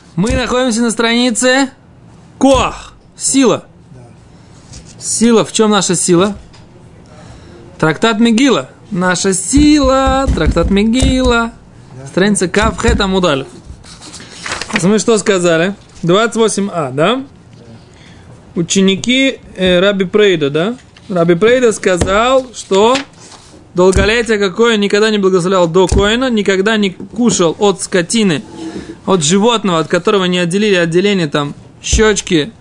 Мы находимся на странице Коах. Сила. Сила. В чем наша сила? Трактат Мегила. Наша сила. Трактат Мегила. Страница Кав Хет Амуд Алеф. Мы что сказали? 28а, да? Ученики Раби Прейда, да? Раби Прейда сказал, что долголетие какое никогда не благословлял до коэна, никогда не кушал от скотины, от животного, от которого не отделили отделение там щечки,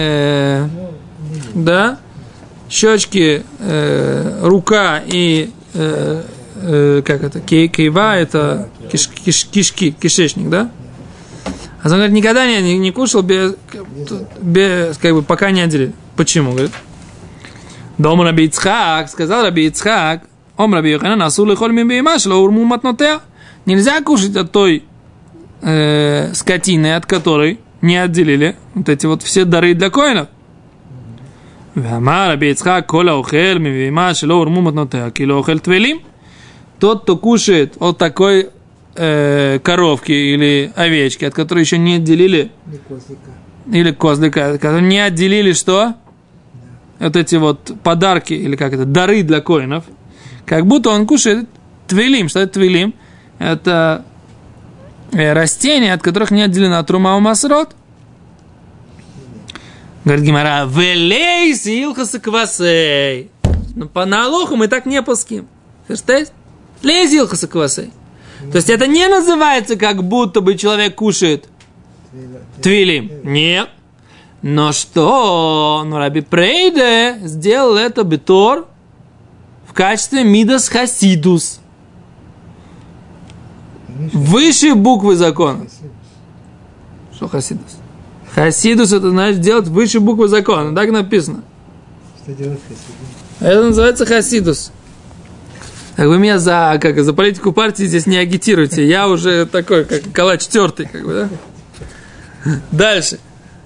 да? Щечки, рука и как это? Кейва, это кишки, кишечник, да? А он говорит, никогда не кушал без, как бы, пока не отделили. Почему? Говорит, Дом Раби Ицхак, сказал Раби Ицхак, Раби Йоханан, асур лехоль мин бейма шло урму матнотеа. Нельзя кушать от той скотины, от которой не отделили вот эти вот все дары для коинов. Раби Ицхак, кола охел мин бейма шло урму матнотеа, кило охел твелим. Тот, кто кушает от такой коровки или овечки, от которой еще не отделили, или козлика, которые не отделили что? Вот эти вот подарки, или как это, дары для коинов, как будто он кушает твилим. Что это твилим? Это растения, от которых не отделена трума у масрот. Говорит Гемара, велей силхаса квасей. Но по налогу мы так не пуским. Слышите? Лей силхаса квасей. То есть это не называется, как будто бы человек кушает твилим. Нет. Но что? Ну, Раби Прейде сделал это бетор в качестве мидас хасидус. Выше буквы закона. Что хасидус? Хасидус это значит делать выше буквы закона. Так написано. Что делать хасидус? Это называется хасидус. Так вы меня за политику партии здесь не агитируйте. Я уже такой, как калач тертый, как бы, да? Дальше.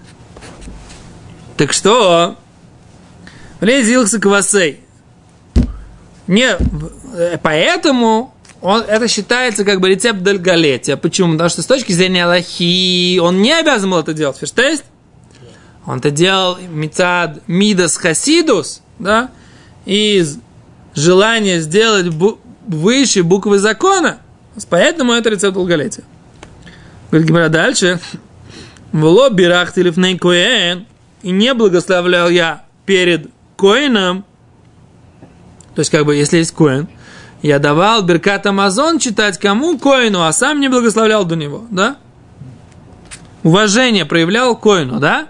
Так что? Влезился квасей. Не, поэтому это считается как бы рецепт долголетия. Почему? Потому что с точки зрения Аллахи он не обязан был это делать. Ферштейст? Он это делал мицад мидас хасидус, да? Из желание сделать выше буквы закона. Поэтому это рецепт долголетия. Говорит Гемара дальше. Вло бирахти лифней коэн. И не благословлял я перед коэном. То есть, как бы, если есть коэн, я давал Беркат Амазон читать кому? Коэну, а сам не благословлял до него, да? Уважение проявлял коэну, да?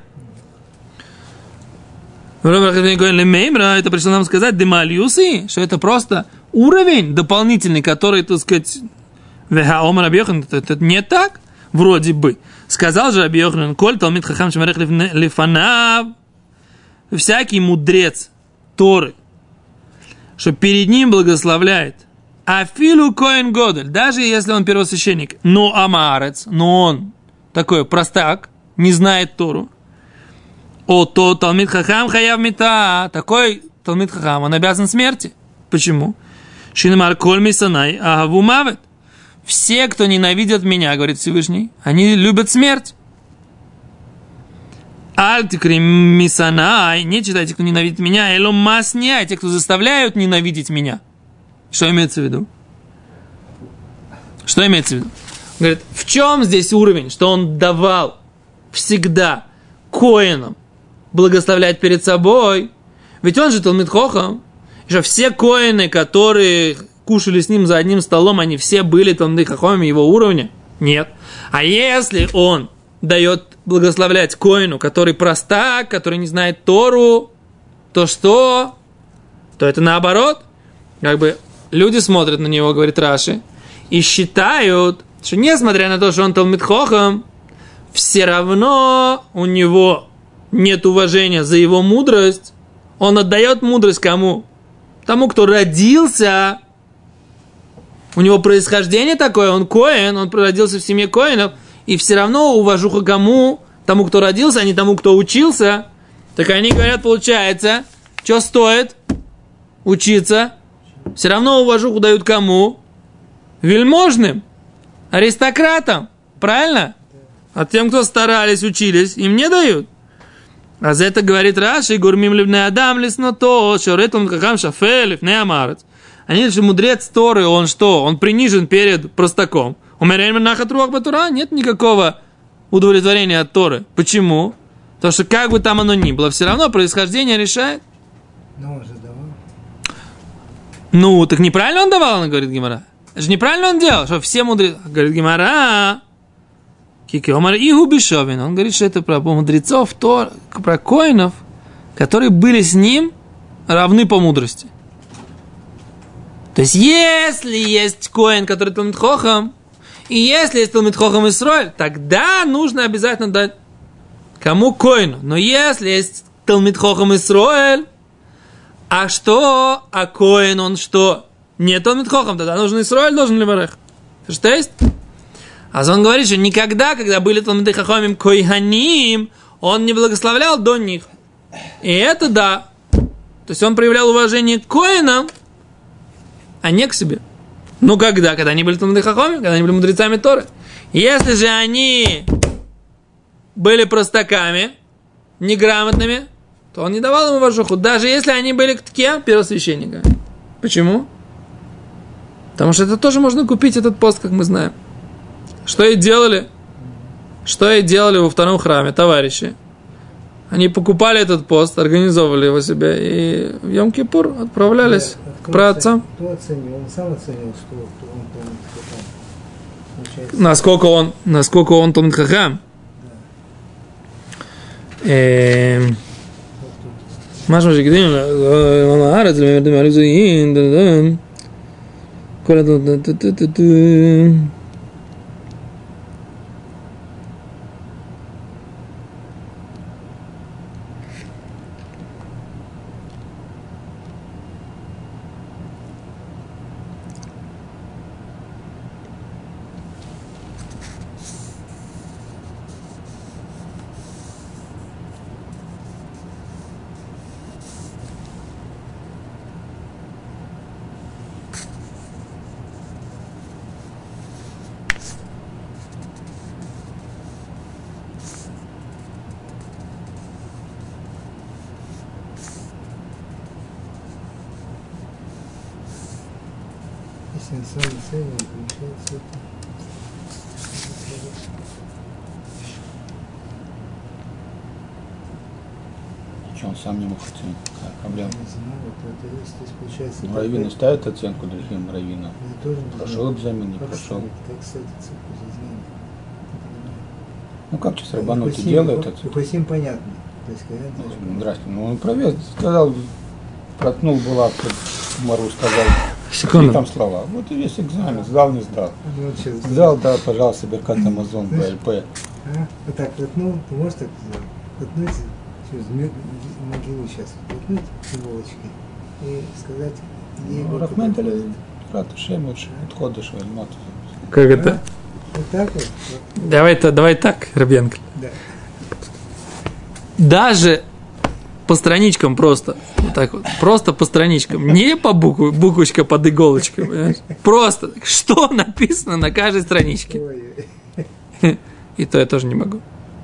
Это пришло нам сказать, демальюси, что это просто уровень дополнительный, который, так сказать, это не так, вроде бы. Сказал же Раби Йоханан, коль талмид хахам шемарех лифанав, всякий мудрец Торы, что перед ним благословляет, афилу коэн годель, даже если он первосвященник, но амарец, но он такой простак, не знает Тору, то талмид хахам хаяв мита, такой талмид хахам, он обязан смерти. Почему? Шинамар коль мисанай агаву мавет. Все, кто ненавидят меня, говорит Всевышний, они любят смерть. Альтикри мисанай, не читайте, кто ненавидит меня, элом масня, те, кто заставляют ненавидеть меня. Что имеется в виду? Что имеется в виду? Говорит, в чем здесь уровень, что он давал всегда коэнам благословлять перед собой? Ведь он же талмид хохам, что все коэны, которые кушали с ним за одним столом, они все были талмид хохамами его уровня? Нет. А если он дает благословлять коэну, который простак, который не знает Тору, то что? То это наоборот. Как бы люди смотрят на него, говорит Раши, и считают, что несмотря на то, что он талмид хохам, все равно у него нет уважения за его мудрость. Он отдает мудрость кому? Тому, кто родился. У него происхождение такое, он коэн, он родился в семье коэнов, и все равно уважуха кому? Тому, кто родился, а не тому, кто учился. Так они говорят, получается, что стоит учиться? Все равно уважуху дают кому? Вельможным, аристократам. Правильно? А тем, кто старались, учились, им не дают. А за это говорит Раши, гурмим ливней адам лесно то, шоретом какам шафе лифней амарец. Они же мудрец Торы, он что? Он принижен перед простаком. У Мерейн нахат руах батура нет никакого удовлетворения от Торы. Почему? Потому что как бы там оно ни было, все равно происхождение решает. Но он же давал. Ну, так неправильно он давал, он говорит Гемара. Это же неправильно он делал, что все мудрецы... Говорит Гемара, Кики Омар Игу Бишовин. Он говорит, что это про мудрецов, про коинов, которые были с ним равны по мудрости. То есть, если есть коин, который Талмид Хохам, и если есть Талмид Хохам Исроэль, тогда нужно обязательно дать кому коину. Но если есть Талмид Хохам Исроэль, а что? А коин он что? Не Талмид Хохам, тогда нужен Исроэль, должен Леварех. Что есть? А он говорит, что никогда, когда были Талмиды Хохамим Койганим, он не благословлял до них. И это да. То есть он проявлял уважение к коинам, а не к себе. Ну когда? Когда они были Талмидей Хахамим, когда они были мудрецами Торы. Если же они были простаками, неграмотными, то он не давал им уважуху, даже если они были кем? Первосвященниками. Почему? Потому что это тоже можно купить, этот пост, как мы знаем. Что и делали? Что и делали во втором храме, товарищи. Они покупали этот пост, организовывали его себе и в Йом-Кипур отправлялись к праотцам. Кто оценил? Он сам оценил, что он Талмид Хахам. Насколько он Талмид Хахам. Машма шекидим, Арец, Лемердим, Аризуин, כל הדברים. Если он сам оценивает, получается это. Что, он сам не мог оценить? Какая проблема? Не знаю, вот это есть, то есть получается... Раввины ставят оценку другим раввинам. Я тоже не Прошел знаю. экзамен, не Как прошел. ставить, как ставить оценку за знание? Ну как сейчас рабанут и делают это? Хасим понятно. То есть, когда Здрасте. Ну он провез, сказал, проткнул булавку, Мару сказал. Секунду. И там слова. Вот и весь экзамен. Сдал, не сдал. вот сейчас, Сдал, да, пожалуйста, Беркат Амазон, БЛП. Вот так проткнул, ты можешь так сделать? Проткнуть через могилу сейчас, проткнуть иголочкой и сказать... Рахментали, Ратушем, отходишь, Вальмат. Как это? Вот так вот? Давай так, Рабьянка. Да. Даже по страничкам просто, вот так вот, просто по страничкам, не по буквочка под иголочкой, понимаешь? Просто, что написано на каждой страничке. Ой, И то я тоже не могу.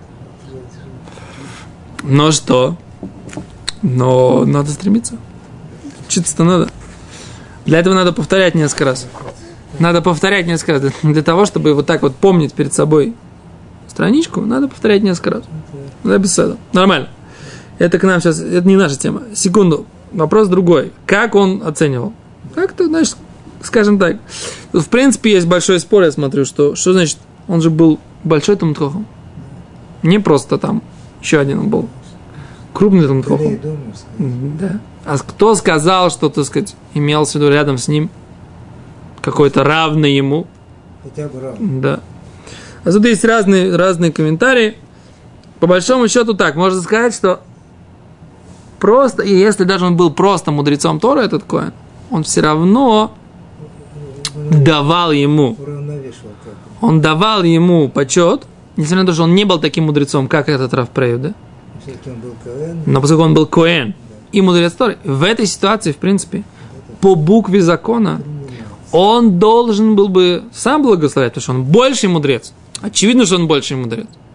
Но что? Но надо стремиться. Учиться-то надо. Для этого надо повторять несколько раз. Надо повторять несколько раз. Для того, чтобы вот так вот помнить перед собой страничку, надо повторять несколько раз. Да, без этого. Нормально. Это к нам сейчас, это не наша тема. Секунду. Вопрос другой. Как он оценивал? Как-то, значит, скажем так. В принципе, есть большой спор, я смотрю, что значит, он же был большой Талмид Хохам. Не просто там еще один он был. Крупный Талмид Хохам. Да. А кто сказал, что, так сказать, имелся в виду рядом с ним какой-то равный ему? хотя бы равный. Да. А тут есть разные комментарии. По большому счету так, можно сказать, что просто, и если даже он был просто мудрецом Торы, этот Коэн, он все равно давал ему, он давал ему почет, несмотря на то, что он не был таким мудрецом, как этот Рав Прею, да? Но поскольку он был Коэн и мудрец Торы, в этой ситуации, в принципе, по букве закона, он должен был бы сам благословлять, потому что он больший мудрец. Очевидно, что он больший мудрец.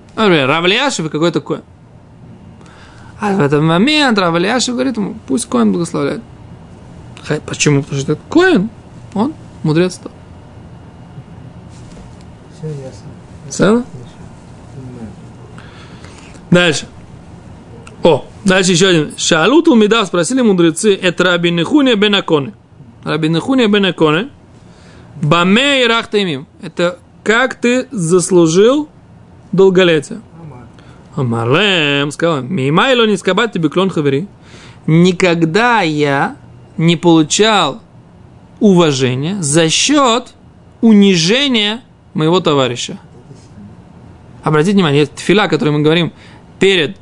Например, Рав Элияшев и какой-то коэн. А в этот момент Рав Элияшев говорит ему, пусть коэн благословляет. Почему? Потому что это коэн, он мудрец стал. Все ясно. Ценно? Дальше. Дальше еще один. Шаалу Талмидав, спросили мудрецы, это Раби Нехуния бен Аконе. Раби Нехуния бен Аконе. Баме и рахтаимим. Это как ты заслужил долголетие. Амарлем сказал, мимайло не скабат тебе клон хавери. Никогда я не получал уважения за счет унижения моего товарища. Обратите внимание, тфила, о которой мы говорим перед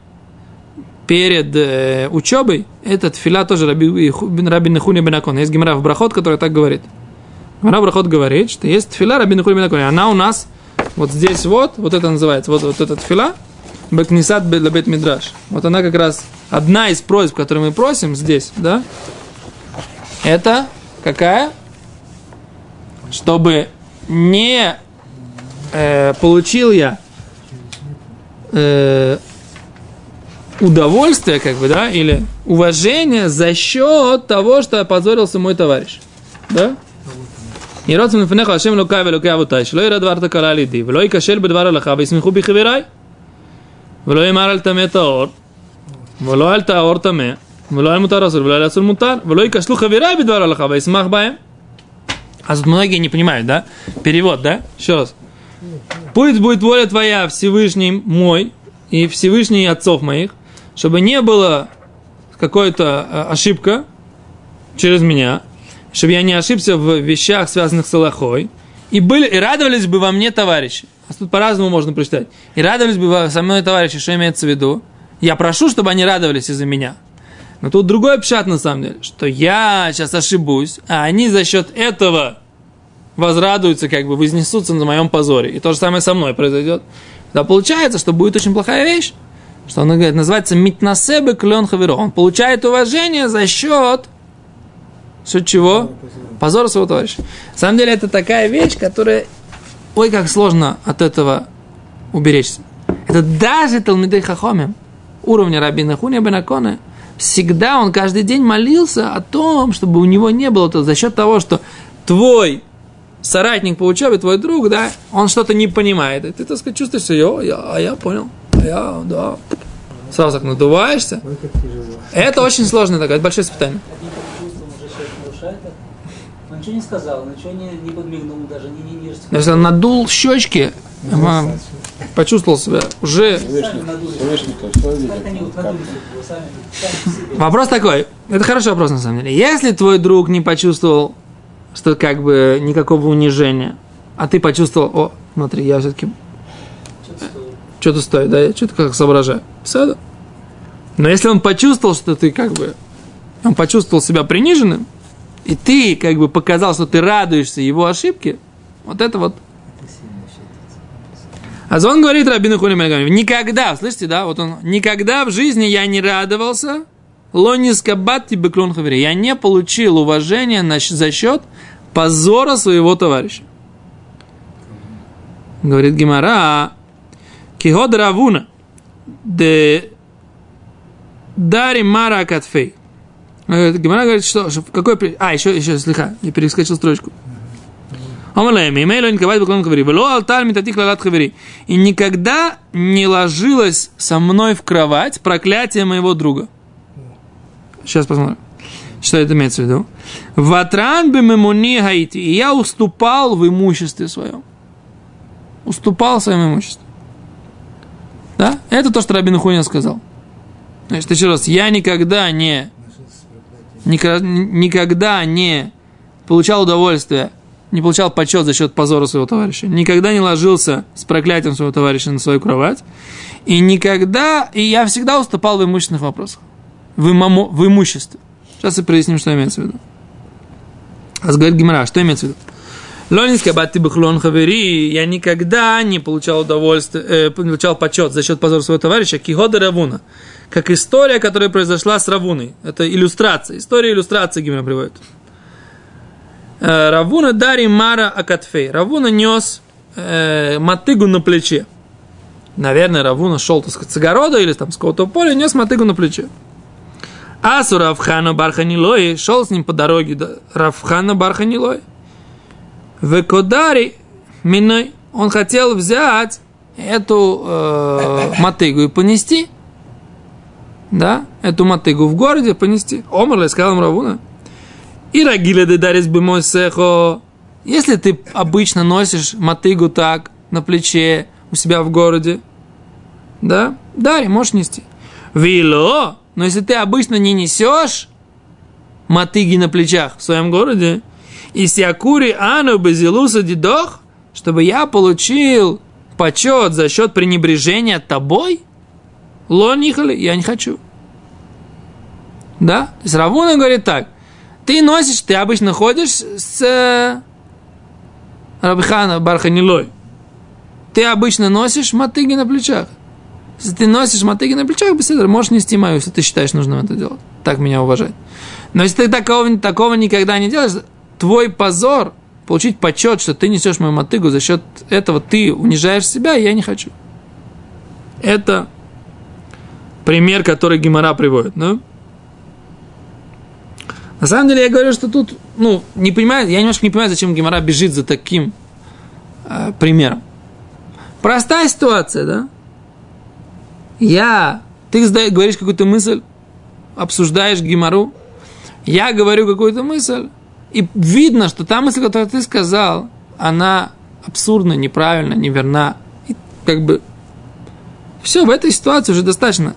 учебой, это тфила тоже Раби Нехуния бен Аконе. Есть гемара в Брахот, которая так говорит. Гемара в Брахот говорит, что есть тфила Раби Нехуния бен Аконе. Она у нас вот здесь вот это называется, вот эта тфила, Бекнисат бет Мидраш. Вот она как раз одна из просьб, которую мы просим здесь, да? Это какая? Чтобы не получил я удовольствие, как бы, да, или уважение за счет того, что опозорился мой товарищ. Да? И родствен фнеха Ашем лукай велукай авутай, шло и радварта кала лиди, вло и кашель бедвар алаха, висмиху бихаверай, вло и мар аль таме таор, вло аль таор таме, вло аль мутар асур, вло аль асур мутар, вло и кашлу хаверай бедвар алаха, висмах баем. А тут многие не понимают, да? Перевод, да? Еще раз. Пусть будет воля твоя, Всевышний мой и Всевышний отцов моих, чтобы не было какой-то ошибка через меня, чтобы я не ошибся в вещах, связанных с Аллахой, и радовались бы во мне товарищи. А тут по-разному можно прочитать. И радовались бы со мной товарищи, что имеется в виду? Я прошу, чтобы они радовались из-за меня. Но тут другой пшат на самом деле, что я сейчас ошибусь, а они за счет этого возрадуются, как бы вознесутся на моем позоре. И то же самое со мной произойдет. Да получается, что будет очень плохая вещь, что он говорит, называется митнасебе клен хаверо. Он получает уважение за счет чего? Позора своего товарища. На самом деле это такая вещь, которая, ой, как сложно от этого уберечься. Это даже Талмидей Хахомим уровня Раби Нехуния бен Аконе, всегда он каждый день молился о том, чтобы у него не было за счет того, что твой соратник по учебе, твой друг, да, он что-то не понимает. И ты, так сказать, чувствуешь, что я понял, да. Сразу так надуваешься. Это очень сложно, такое, это большое испытание. Он ничего не сказал, ничего не подмигнул, даже не если он надул щечки, почувствовал себя уже. Вопрос такой, это хороший вопрос на самом деле. Если твой друг не почувствовал, что как бы никакого унижения, а ты почувствовал, смотри, я все-таки что-то стоит, да, я что-то как соображаю. Все. Но если он почувствовал, что ты как бы, он почувствовал себя приниженным, и ты как бы показал, что ты радуешься его ошибке, вот это вот. А он говорит Раби Нехуния бен Аконе, никогда, слышите, да, вот он, никогда в жизни я не радовался, лонискабатти беклон хавери, я не получил уважения за счет позора своего товарища. Говорит Гемара, киход равуна, де дари мара катфей. Гемара говорит, что какой... еще, слегка, я перескочил строчку. И никогда не ложилось со мной в кровать проклятие моего друга. Сейчас посмотрим, что это имеется в виду. Ватран бемемуни гаити. И я уступал в имуществе своем. Уступал в своем имуществе. Да? Это то, что Раби Нехуния сказал. Значит, еще раз, я никогда не получал удовольствия, не получал почет за счет позора своего товарища, никогда не ложился с проклятием своего товарища на свою кровать, и я всегда уступал в имущественных вопросах, в имуществе. Сейчас я проясним, что имеется в виду. А говорит Гемара, что имеется в виду? Я никогда не получал удовольствие, получал почет за счет позора своего товарища, кихода Равуна, как история, которая произошла с Равуной. Это иллюстрация. История иллюстрации Гемара приводит. Равуна дари мара акатфей. Равуна нес мотыгу на плече. Наверное, Равуна шел, так сказать, с огорода или там с какого-то поля и нес мотыгу на плече. Асу Равхана Барханилой шел с ним по дороге, да, Равхана Барханилой. Векодари миной. Он хотел взять эту мотыгу и понести. Да, эту мотыгу в городе понести. Омрле сказал им Равуна. И рагиля де дарис бы мой сехо. Если ты обычно носишь мотыгу так на плече у себя в городе, да, дари, можешь нести. Вило. Но если ты обычно не несешь мотыги на плечах в своем городе, и сякури ану безилуса дидох, чтобы я получил почет за счет пренебрежения тобой, лонихали, я не хочу. Да? То есть Равуна говорит так, ты носишь, ты обычно ходишь с Рабхана Барханилой, ты обычно носишь мотыги на плечах. Если ты носишь мотыги на плечах, беседа, можешь нести мою, если ты считаешь нужным это делать. Так меня уважать. Но если ты такого никогда не делаешь, твой позор, получить почет, что ты несешь мою мотыгу, за счет этого ты унижаешь себя, и я не хочу. Это пример, который Гемара приводит. Да? На самом деле, я говорю, что тут, не понимаю, я немножко не понимаю, зачем Гемара бежит за таким примером. Простая ситуация, да? Ты говоришь какую-то мысль, обсуждаешь Гемару, я говорю какую-то мысль, и видно, что та мысль, которую ты сказал, она абсурдна, неправильна, неверна. И все, в этой ситуации уже достаточно.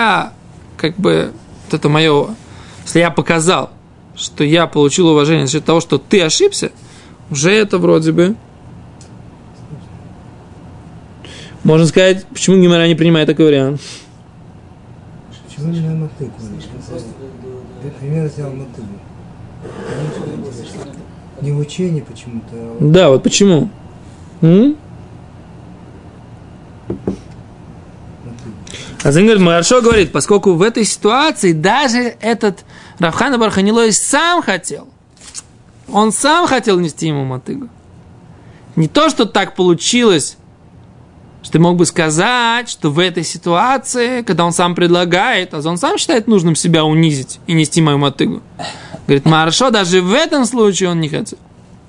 Это мое, если я показал, что я получил уважение за счет того, что ты ошибся, уже это вроде бы... Можно сказать, почему Гемара не принимает такой вариант? Почему не на мотыгу? Я пример взял мотыгу. Не в учении почему-то. Да, вот почему? Азин говорит, Маршо говорит, поскольку в этой ситуации даже этот Равхан Барханилой сам хотел. Он сам хотел нести ему мотыгу. Не то, что так получилось, что ты мог бы сказать, что в этой ситуации, когда он сам предлагает, а он сам считает нужным себя унизить и нести мою мотыгу. Говорит, Маршо, даже в этом случае он не хотел.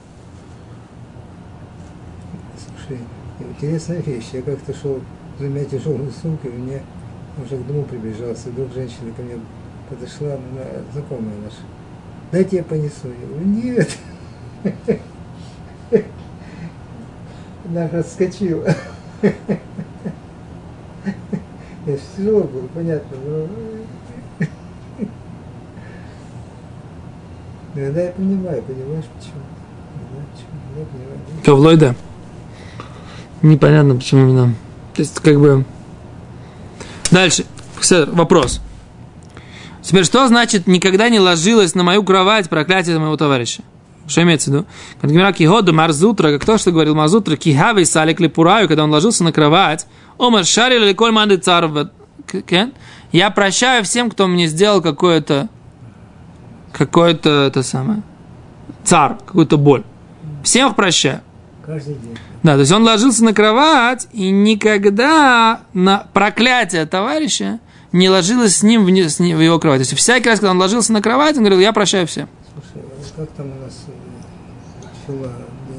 Слушай, интересная вещь. Я как-то шел с двумя тяжелыми сумками, мне уже к дому приближался, и вдруг женщина ко мне подошла, знакомая наша. Дайте я понесу. Я говорю, нет. Она отскочила. Тяжело было, понятно, но... Иногда я понимаешь почему. Я понимаю. Кавлой, да. Непонятно, почему именно. То есть, Дальше. Вопрос. Теперь, что значит никогда не ложилась на мою кровать проклятие моего товарища? Что имеется в виду? Как Гемара Кихода Марзутра, как то, что говорил Марзутра, Кихавей Салик Лепураю, когда он ложился на кровать, Омар Шарил или Коль Манды Царва, я прощаю всем, кто мне сделал какое-то это самое, цар, какую-то боль. Всем их прощаю. Каждый день. Да, то есть он ложился на кровать, и никогда на проклятие товарища не ложилось с ним в его кровать. То есть всякий раз, когда он ложился на кровать, он говорил, я прощаю всем. Слушай, как там у нас фила?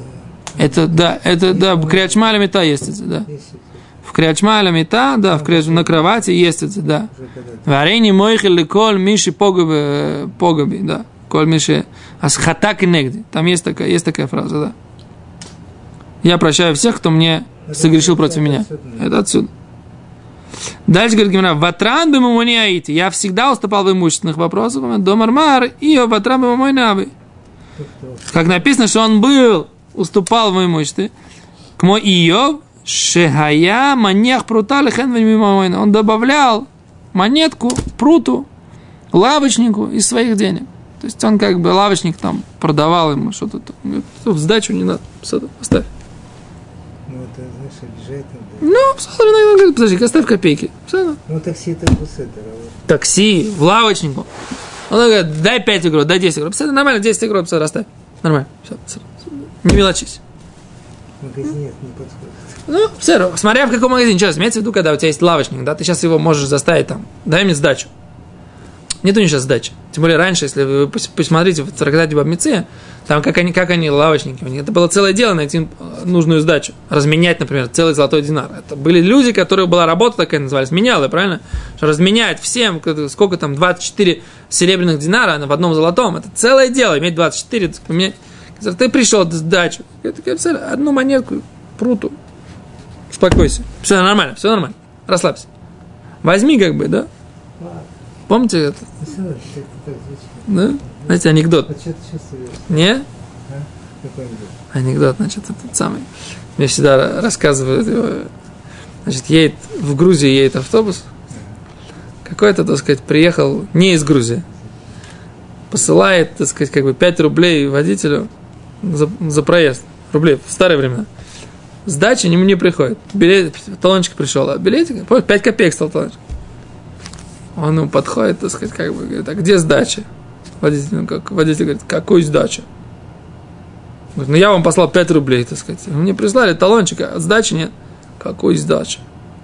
Это в Криат-Шма Лемита есть это, да. В Криат-Шма Лемита, да, на кровати есть это, да. Варени моихи леколь миши погаби, да. Коль миши асхатак и негди. Там есть такая фраза, да. Я прощаю всех, кто мне согрешил против меня. Это отсюда. Дальше говорит Гемара, ватран бы мамони аити. Я всегда уступал в имущественных вопросах. Домармар и ватран бы мамой наби. Как написано, что он уступал в имуществе. Кмо Иов, шехая маньях прута лехен ваймимамойна. Он добавлял монетку, пруту, лавочнику из своих денег. То есть он лавочник там продавал ему что-то. Говорит, в сдачу не надо. Оставь. Ну, это, знаешь, обижает. Иногда говорит, подожди, оставь копейки. Ну, такси это бусетер. Такси, в лавочнику. Он говорит, дай 5 игров, дай 10 игров. Нормально, 10 игров, оставь. Нормально. Все. Не мелочись. В магазине это не подходит. Ну, все, смотря в каком магазине. Сейчас, имеется в виду, когда у тебя есть лавочник, да, ты сейчас его можешь заставить там, дай мне сдачу. Нет у них сейчас сдачи. Тем более раньше, если вы посмотрите в Трактате Бава Меция, там как они лавочники, у них это было целое дело найти нужную сдачу. Разменять, например, целый золотой динар. Это были люди, которые была работа такая, называлась, менялы, правильно? Что разменять всем, сколько там, 24 серебряных динара в одном золотом. Это целое дело, иметь 24, поменять. Ты пришел сдачу. Одну монетку, пруту. Успокойся. Все нормально, расслабься. Возьми как бы, да? Помните это? Да? Знаете, анекдот. Не? Анекдот, значит, этот самый. Мне всегда рассказывают его. Значит, в Грузии едет автобус. Какой-то, так сказать, приехал не из Грузии. Посылает, так сказать, как бы 5 рублей водителю за проезд. Рублей в старые времена. Сдача ему не приходит. Талончик пришел, а билетик, 5 копеек стал талончик. Он ему подходит, так сказать, как бы, говорит, а где сдача? Водитель говорит, какой сдача? Говорит, я вам послал 5 рублей, так сказать. Мне прислали талончик, а сдачи нет. Какой сдачи?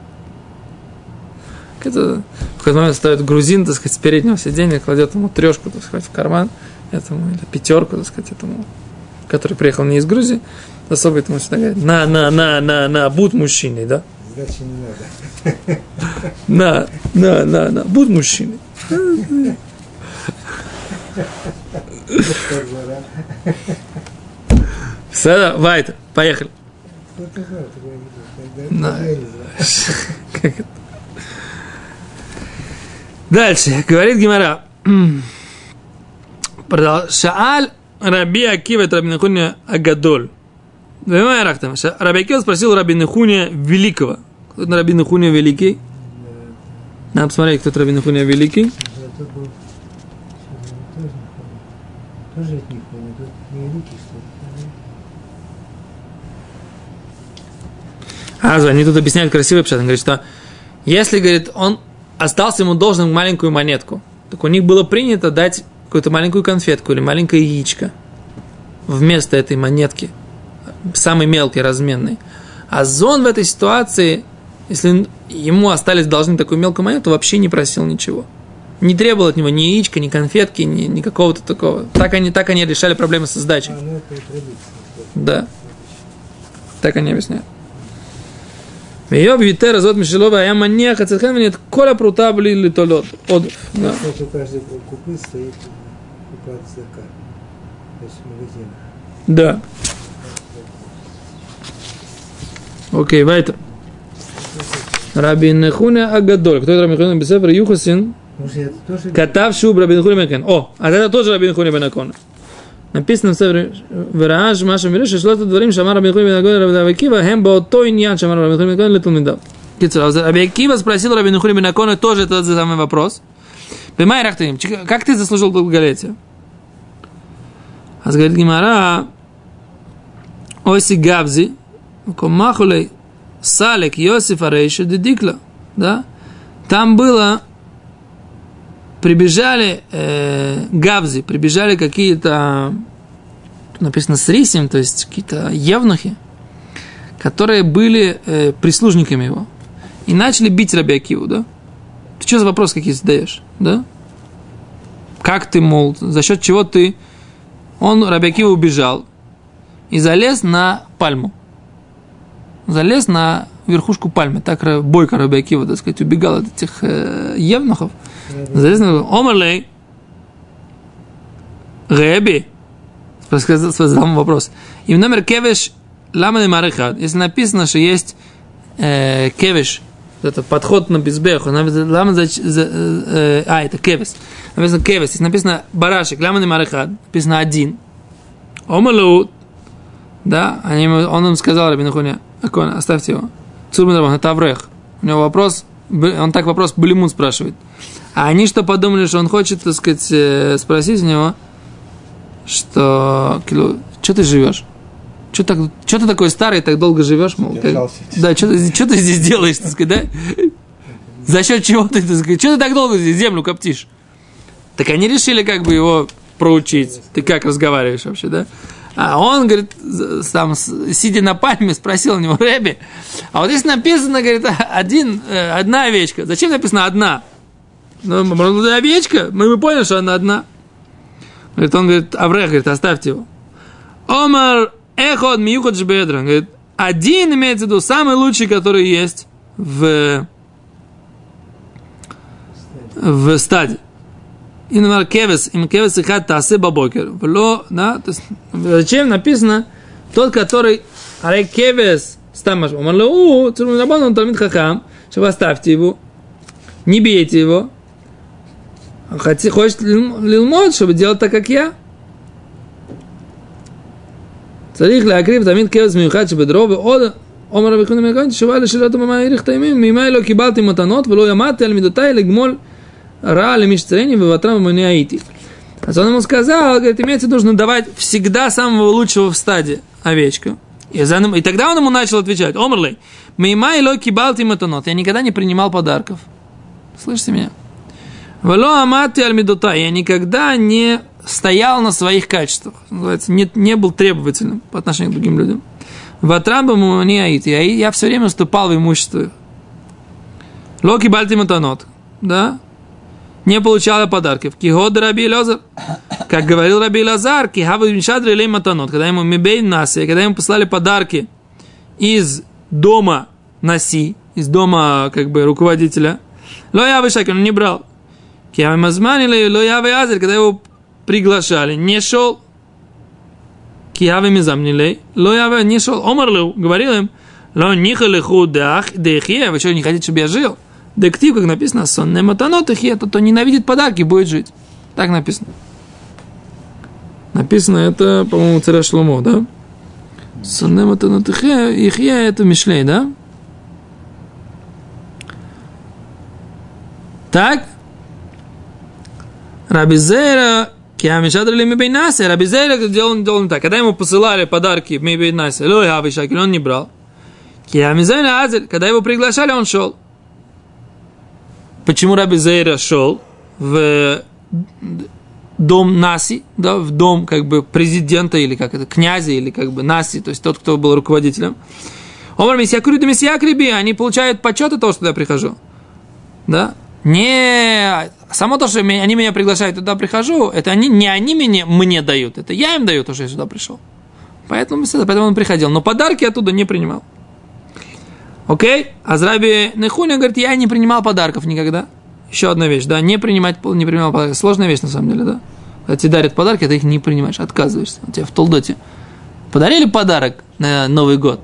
В какой-то момент ставит грузин, так сказать, с переднего сиденья, кладет ему 3, так сказать, в карман, этому, или 5, так сказать, этому, который приехал не из Грузии, особо ему всегда говорит, на, будь мужчиной, да? Сдачи не надо. На, будь мужчиной. Все, Вайтер, поехали. Дальше, говорит Гемара. Шааль Раби Акива это Раби Нахуня Агадоль. Раби Акива спросил Раби Нахуня Великого. Кто это Раби Нахуня Великий? Надо посмотреть, кто это Раби Нахуня Великий. Тоже от них, тут не великий, что ли? Они тут объясняют красивый пшат. Он говорит, что если, говорит, он остался ему должным маленькую монетку, так у них было принято дать какую-то маленькую конфетку или маленькое яичко вместо этой монетки, самой мелкой, разменной. А Зон в этой ситуации, если ему остались должны такую мелкую монету, вообще не просил ничего. Не требовал от него ни яичка, ни конфетки, ни какого-то такого. Так они решали проблемы со сдачей. Да. Так они объясняют. Ее бьютер азот Мишелова, а я маньяк, а цехен винит коля прута блили толот. Одов. Да. У каждой купы стоит купа от здака. То есть в магазинах. Да. Окей, вайтер. Раби Нахуня Агадоль. Кто это Раби Нахуня Бесефер Юхасин? Катав шуб Раби Нахуня Бен Акона. О, а это тоже Раби Нахуня Бен Акона. Написано в Сефере Верааш Маша Мириш, что это дворим Шамар Раби Нахуня Бен Акона Раби Акива, хем баото иньян Шамар Раби Нахуня Бен Акона летулмидав. Раби Акива спросил Раби Нахуня Бен Акона тоже тот же самый вопрос. Бемай рахтаним, как ты заслужил долголетие? А говорит Гимара, Оси Гавзи, Комахулей, Салек, Йосиф Арейша, Дедикла. Да? Там было, прибежали Гавзи, прибежали какие-то, написано Срисим, то есть какие-то евнухи, которые были прислужниками его. И начали бить Раби Акиву, да? Ты что за вопрос какие задаешь, да? Как ты, мол, за счет чего ты... Он, Раби Акива, убежал и залез на пальму. Залез на верхушку пальмы. Так бойко Раби Акива, так сказать, убегал от этих евнухов. Залез на... Омарлей. Рэби. Задал вопрос. И в номер кевеш ламаны марихад. Если написано, что есть кевеш, это подход на безбеху. Это кевес. Написано кевес. Если написано барашек, ламаны марихад, написано один. Омалут. Да, он им сказал, Раби Нахуня, Акона, оставьте его. Цурмин это Аврех. У него вопрос, он так вопрос Балимун спрашивает. А они что подумали, что он хочет, так сказать, спросить у него, что ты живешь? Что ты такой старый, так долго живешь, мол? Да, что ты здесь делаешь, так сказать, да? За счет чего ты, так сказать, что ты так долго здесь землю коптишь? Так они решили как бы его проучить. Ты как разговариваешь вообще, да? А он, говорит, там, сидя на пальме, спросил у него: Рэби, а вот здесь написано, говорит, одна овечка. Зачем написано одна? Ну, овечка, мы поняли, что она одна. Говорит, он говорит: Аврех, говорит, оставьте его. Омар эход миюхот жбедра. Говорит, один имеется в виду, самый лучший, который есть в стаде. Инвар кевес, им кевес ихат тасе бабокер. Да, то есть, зачем написано тот, который арей кевес стамаш. Омар леу, цурун рабан, он талмид хахам, чтобы оставьте его, не бейте его. Хочет лилмот, чтобы делать так, как я. צריך להקריב תמיד כבש מיוחד שבדרו ועוד אומר רבי חנינא בן עקשיא תשובה לשאלתו במה האריך את הימים ממאי לא קיבלתי מתנות ולא ימדתי על מידותיי לגמול רע למי שצריני ובוותרם במוני הייתי. אז он ему сказал, говорит, имеется нужно давать всегда самого лучшего в стаде овечку. И тогда он ему начал отвечать: Омрлей, мимай ло кибалти матанот. Я никогда не принимал подарков. Слышите меня? Вело амати аль мидутай. Я никогда не стоял на своих качествах. Называется, не был требовательным по отношению к другим людям. Ватрамба мумани аити. Я все время уступал в имуществе. Ло кибалти матанот. Да? Не получал я подарков. Кигод Раби Элазар. Как говорил Раби Элазар, кихавы мишадри лей матанот. Когда ему мибей наси, когда ему послали подарки из дома наси, из дома как бы руководителя, ло я вышак, он не брал. Кихавы мазмани лей ло я вязар, когда его приглашали, не шел. Кихавы мизамни лей ло я не шел. Омар леу, говорил им, ло нихалиху дехе, вы что, не хотите, чтобы я жил? Дектив, как написано, сонне матанот ихе, тот, кто ненавидит подарки, будет жить. Так написано. Написано это, по-моему, царя Шломо, да? Сонне матанот ихе, это Мишлей, да? Так? Раби Зейра, киамишадрили мибейнасе, Раби Зейра делал так. Когда ему посылали подарки мибейнасе, лой авишакель, он не брал. Киамизейна азель, когда его приглашали, он шел. Почему Раби Зейра шел в дом Наси, да, в дом как бы президента или как это, князя или как бы Наси, то есть тот, кто был руководителем. Омар Месьякрю да Месьякриби, они получают почет от того, что я прихожу. Да? Не само то, что они меня приглашают, туда прихожу, это не они мне дают, это я им даю то, что я сюда пришел. Поэтому он приходил, но подарки оттуда не принимал. Окей? А Раби Нехуня говорит, я не принимал подарков никогда. Еще одна вещь, да, не принимал подарков. Сложная вещь, на самом деле, да. Когда тебе дарят подарки, ты их не принимаешь, отказываешься. У тебя в Толдоте подарили подарок на Новый год.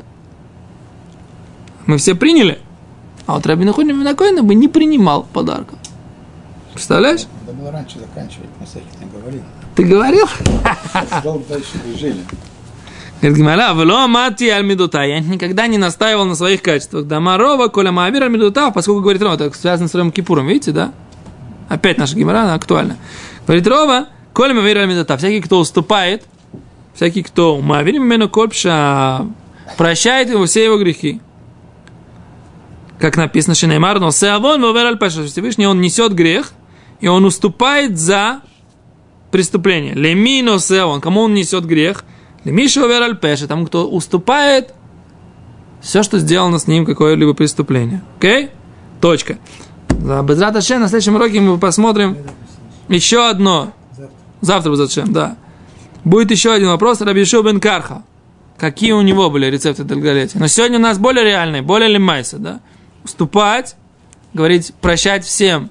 Мы все приняли. А вот Раби Нехуня бен Акоин бы не принимал подарков. Представляешь? Надо было раньше заканчивать, на всякий не говорил. Ты говорил? Долго дальше вы жили. Говорит Гимара, вело мати аль мидута. Я никогда не настаивал на своих качествах. Да марова, коля маавир аль мидута, поскольку говорит Рова, это связано с Йом Кипуром, видите, да? Опять наша Гимара, она актуальна. Говорит Рова, коля маавир аль мидута. Всякий, кто уступает, всякий, кто маавир именно кольпша, прощает ему все его грехи. Как написано, Шинеймар, но сеавон вовер аль пеша. Всевышний, он несет грех, и он уступает за преступление. Лемино сеавон. Кому он несет грех? Лемиша вовер аль пеша. Тому, кто уступает все, что сделано с ним, какое-либо преступление. Окей? Точка. За Безрат Ашем на следующем уроке мы посмотрим еще одно. Завтра Безрат Ашем, да. Будет еще один вопрос. Раби Йошуа бен Карха. Какие у него были рецепты долголетия? Но сегодня у нас более реальные, более лемайса, да? Уступать, говорить, прощать всем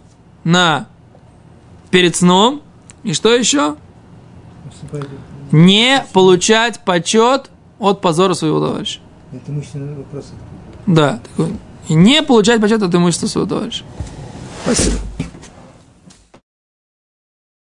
перед сном. И что еще? Не получать почет от позора своего товарища. Это имущественный вопрос. Да, такой. И не получать почет от имущества своего товарища. Спасибо.